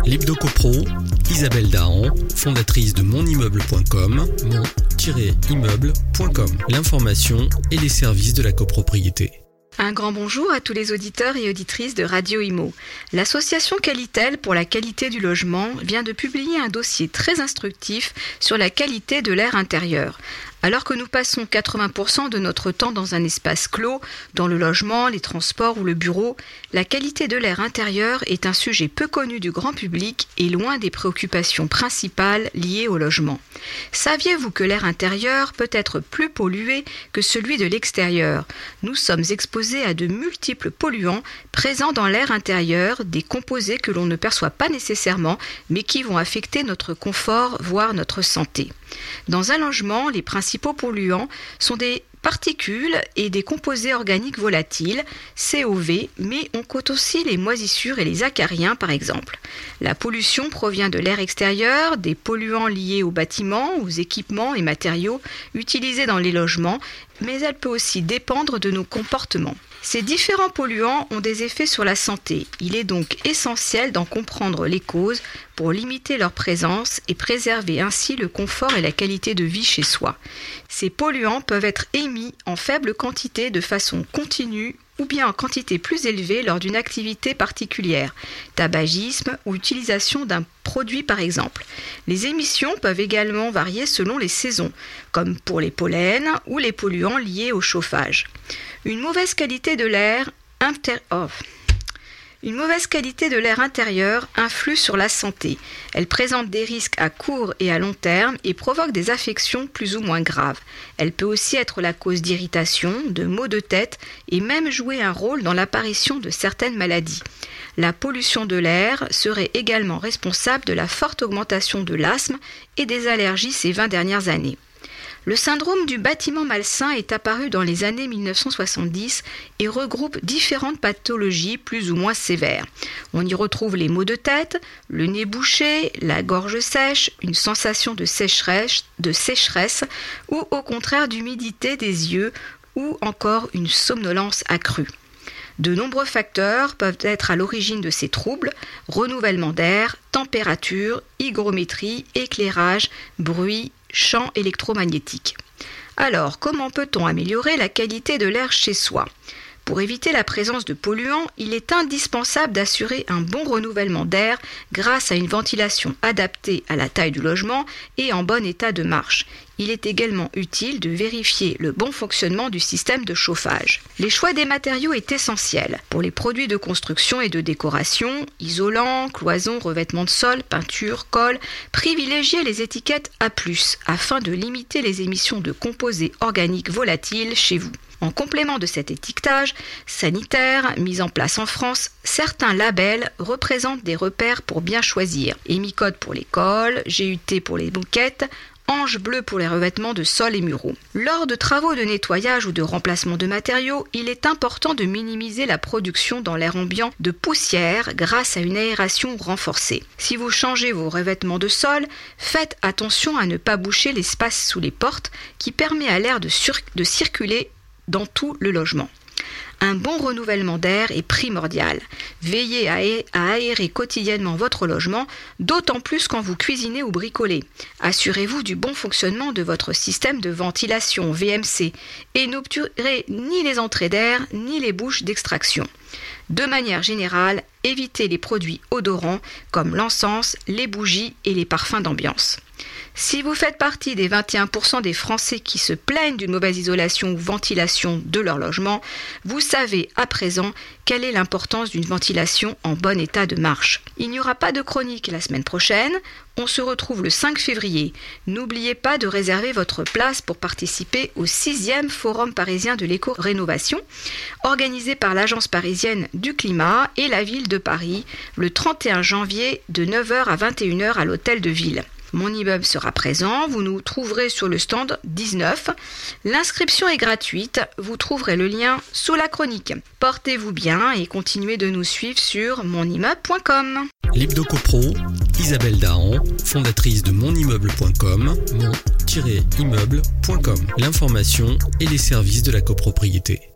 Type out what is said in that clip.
L'Hebdo-Copro, Isabelle Dahan, fondatrice de monimmeuble.com, mon-immeuble.com. L'information et les services de la copropriété. Un grand bonjour à tous les auditeurs et auditrices de Radio Imo. L'association Qualitel pour la qualité du logement vient de publier un dossier très instructif sur la qualité de l'air intérieur. Alors que nous passons 80% de notre temps dans un espace clos, dans le logement, les transports ou le bureau, la qualité de l'air intérieur est un sujet peu connu du grand public et loin des préoccupations principales liées au logement. Saviez-vous que l'air intérieur peut être plus pollué que celui de l'extérieur ? Nous sommes exposés à de multiples polluants présents dans l'air intérieur, des composés que l'on ne perçoit pas nécessairement, mais qui vont affecter notre confort, voire notre santé. Dans un logement, les principaux polluants sont des particules et des composés organiques volatiles, COV, mais on compte aussi les moisissures et les acariens par exemple. La pollution provient de l'air extérieur, des polluants liés aux bâtiments, aux équipements et matériaux utilisés dans les logements, mais elle peut aussi dépendre de nos comportements. Ces différents polluants ont des effets sur la santé. Il est donc essentiel d'en comprendre les causes pour limiter leur présence et préserver ainsi le confort et la qualité de vie chez soi. Ces polluants peuvent être émis en faible quantité de façon continue ou bien en quantité plus élevée lors d'une activité particulière, tabagisme ou utilisation d'un produit par exemple. Les émissions peuvent également varier selon les saisons, comme pour les pollens ou les polluants liés au chauffage. Une mauvaise qualité de l'air intérieur influe sur la santé. Elle présente des risques à court et à long terme et provoque des affections plus ou moins graves. Elle peut aussi être la cause d'irritation, de maux de tête et même jouer un rôle dans l'apparition de certaines maladies. La pollution de l'air serait également responsable de la forte augmentation de l'asthme et des allergies ces 20 dernières années. Le syndrome du bâtiment malsain est apparu dans les années 1970 et regroupe différentes pathologies plus ou moins sévères. On y retrouve les maux de tête, le nez bouché, la gorge sèche, une sensation de sécheresse ou au contraire d'humidité des yeux ou encore une somnolence accrue. De nombreux facteurs peuvent être à l'origine de ces troubles: renouvellement d'air, température, hygrométrie, éclairage, bruit, champ électromagnétique. Alors, comment peut-on améliorer la qualité de l'air chez soi ? Pour éviter la présence de polluants, il est indispensable d'assurer un bon renouvellement d'air grâce à une ventilation adaptée à la taille du logement et en bon état de marche. Il est également utile de vérifier le bon fonctionnement du système de chauffage. Les choix des matériaux est essentiel. Pour les produits de construction et de décoration, isolants, cloisons, revêtements de sol, peinture, colle, privilégiez les étiquettes A+, afin de limiter les émissions de composés organiques volatiles chez vous. En complément de cet étiquetage sanitaire mis en place en France, certains labels représentent des repères pour bien choisir. Emicode pour les colles, GUT pour les moquettes, Ange bleu pour les revêtements de sol et muraux. Lors de travaux de nettoyage ou de remplacement de matériaux, il est important de minimiser la production dans l'air ambiant de poussière grâce à une aération renforcée. Si vous changez vos revêtements de sol, faites attention à ne pas boucher l'espace sous les portes qui permet à l'air de circuler dans tout le logement. Un bon renouvellement d'air est primordial. Veillez à aérer quotidiennement votre logement, d'autant plus quand vous cuisinez ou bricolez. Assurez-vous du bon fonctionnement de votre système de ventilation VMC et n'obturez ni les entrées d'air ni les bouches d'extraction. De manière générale, évitez les produits odorants comme l'encens, les bougies et les parfums d'ambiance. Si vous faites partie des 21% des Français qui se plaignent d'une mauvaise isolation ou ventilation de leur logement, vous savez à présent quelle est l'importance d'une ventilation en bon état de marche. Il n'y aura pas de chronique la semaine prochaine, on se retrouve le 5 février. N'oubliez pas de réserver votre place pour participer au 6e Forum parisien de l'éco-rénovation, organisé par l'Agence parisienne du climat et la ville de Paris, le 31 janvier de 9h à 21h à l'hôtel de ville. Mon immeuble sera présent, vous nous trouverez sur le stand 19. L'inscription est gratuite, vous trouverez le lien sous la chronique. Portez-vous bien et continuez de nous suivre sur monimmeuble.com. L'Hebdo-Copro, Isabelle Dahan, fondatrice de monimmeuble.com, mon-immeuble.com. L'information et les services de la copropriété.